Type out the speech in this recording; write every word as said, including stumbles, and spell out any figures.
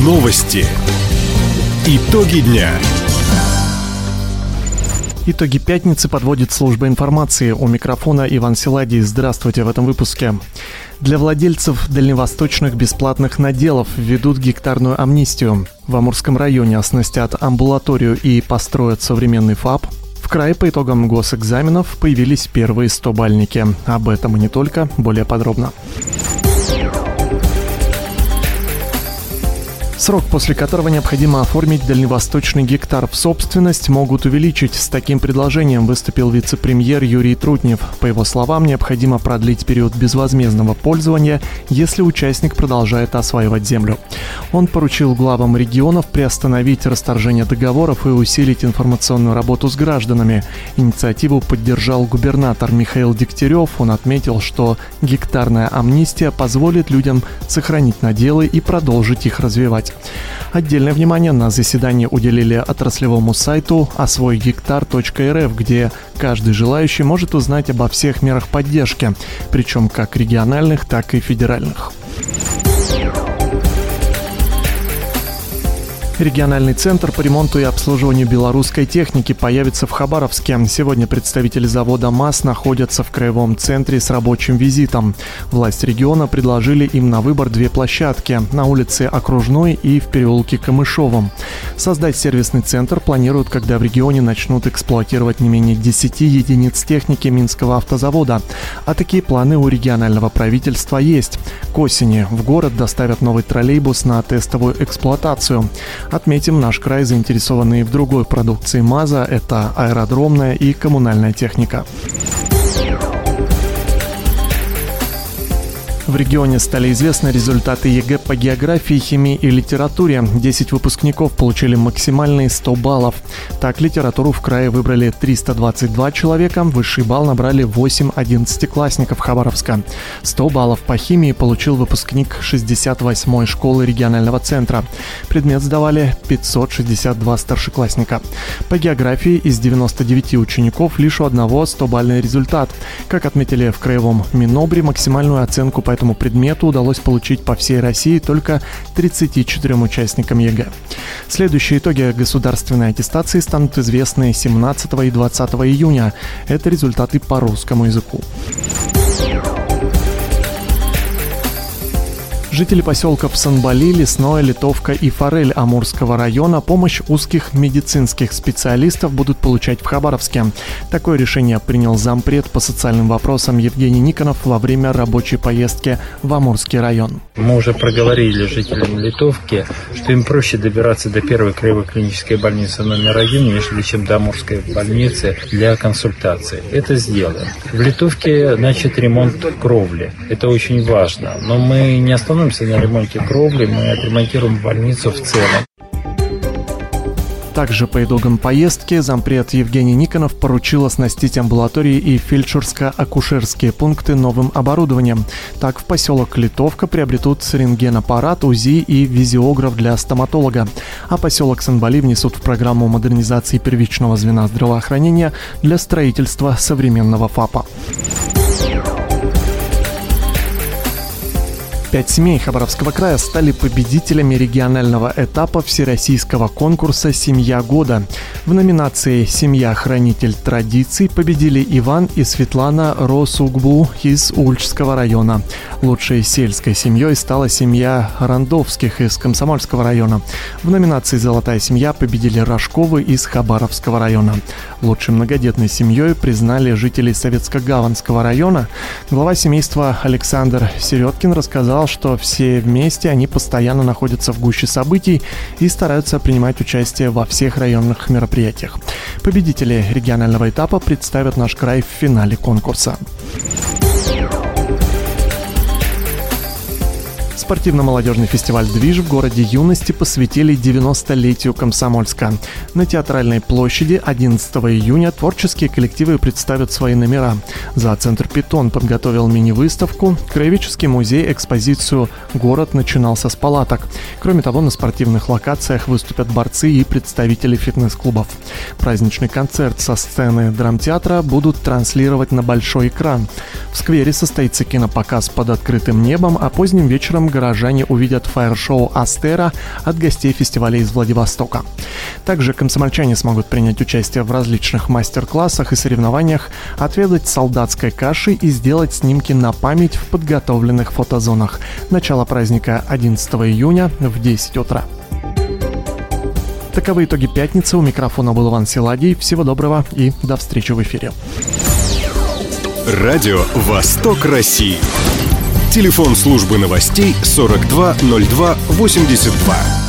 Новости. Итоги дня. Итоги пятницы подводит служба информации. У микрофона Иван Силадий. Здравствуйте в этом выпуске. Для владельцев дальневосточных бесплатных наделов введут гектарную амнистию. В Амурском районе оснастят амбулаторию и построят современный ФАП. В крае по итогам госэкзаменов появились первые стобальники. Об этом и не только, более подробно. Срок, после которого необходимо оформить дальневосточный гектар в собственность, могут увеличить. С таким предложением выступил вице-премьер Юрий Трутнев. По его словам, необходимо продлить период безвозмездного пользования, если участник продолжает осваивать землю. Он поручил главам регионов приостановить расторжение договоров и усилить информационную работу с гражданами. Инициативу поддержал губернатор Михаил Дегтярев. Он отметил, что гектарная амнистия позволит людям сохранить наделы и продолжить их развивать. Отдельное внимание на заседании уделили отраслевому сайту освой гектар точка эр эф, где каждый желающий может узнать обо всех мерах поддержки, причем как региональных, так и федеральных. Региональный центр по ремонту и обслуживанию белорусской техники появится в Хабаровске. Сегодня представители завода МАЗ находятся в краевом центре с рабочим визитом. Власти региона предложили им на выбор две площадки – на улице Окружной и в переулке Камышовом. Создать сервисный центр планируют, когда в регионе начнут эксплуатировать не менее десяти единиц техники Минского автозавода. А такие планы у регионального правительства есть. К осени в город доставят новый троллейбус на тестовую эксплуатацию. Отметим, наш край заинтересованный в другой продукции МАЗа – это аэродромная и коммунальная техника. В регионе стали известны результаты ЕГЭ по географии, химии и литературе. десять выпускников получили максимальные сто баллов. Так, литературу в крае выбрали триста двадцать два человека, высший балл набрали восемь одиннадцатиклассников Хабаровска. сто баллов по химии получил выпускник шестьдесят восьмой школы регионального центра. Предмет сдавали пятьсот шестьдесят два старшеклассника. По географии из девяноста девяти учеников лишь у одного стобальный результат. Как отметили в краевом Минобре, максимальную оценку по этому предмету удалось получить по всей России только тридцати четырем участникам ЕГЭ. Следующие итоги государственной аттестации станут известны семнадцатого и двадцатого июня. Это результаты по русскому языку. Жители поселков Санбали, Лесное, Литовка и Форель Амурского района помощь узких медицинских специалистов будут получать в Хабаровске. Такое решение принял зампред по социальным вопросам Евгений Никонов во время рабочей поездки в Амурский район. Мы уже проговорили жителям Литовки, что им проще добираться до первой краевой клинической больницы номер один, нежели чем до Амурской больницы для консультации. Это сделаем. В Литовке начат ремонт кровли. Это очень важно. Но мы не остановимся на ремонте кровли, мы отремонтируем больницу в целом. Также по итогам поездки зампред Евгений Никонов поручил оснастить амбулатории и фельдшерско-акушерские пункты новым оборудованием. Так, в поселок Литовка приобретут рентгенаппарат, УЗИ и визиограф для стоматолога. А поселок Санбали внесут в программу модернизации первичного звена здравоохранения для строительства современного ФАПа. Пять семей Хабаровского края стали победителями регионального этапа всероссийского конкурса «Семья года». В номинации «Семья-хранитель традиций» победили Иван и Светлана Росугбу из Ульчского района. Лучшей сельской семьей стала семья Рандовских из Комсомольского района. В номинации «Золотая семья» победили Рожковы из Хабаровского района. Лучшей многодетной семьей признали жители Советско-Гаванского района. Глава семейства Александр Середкин рассказал, что все вместе они постоянно находятся в гуще событий и стараются принимать участие во всех районных мероприятиях. Победители регионального этапа представят наш край в финале конкурса. Спортивно-молодежный фестиваль «Движ» в городе Юности посвятили девяностолетию Комсомольска. На Театральной площади одиннадцатого июня творческие коллективы представят свои номера. Зооцентр «Питон» подготовил мини-выставку. Краеведческий музей экспозицию «Город начинался с палаток». Кроме того, на спортивных локациях выступят борцы и представители фитнес-клубов. Праздничный концерт со сцены драмтеатра будут транслировать на большой экран. В сквере состоится кинопоказ «Под открытым небом», а поздним вечером горожане увидят фаер-шоу «Астера» от гостей фестиваля из Владивостока. Также комсомольчане смогут принять участие в различных мастер-классах и соревнованиях, отведать солдатской каши и сделать снимки на память в подготовленных фотозонах. Начало праздника одиннадцатого июня в десять утра. Таковы итоги пятницы. У микрофона был Иван Силадий. Всего доброго и до встречи в эфире. Радио «Восток России». Телефон службы новостей сорок два ноль два восемьдесят два.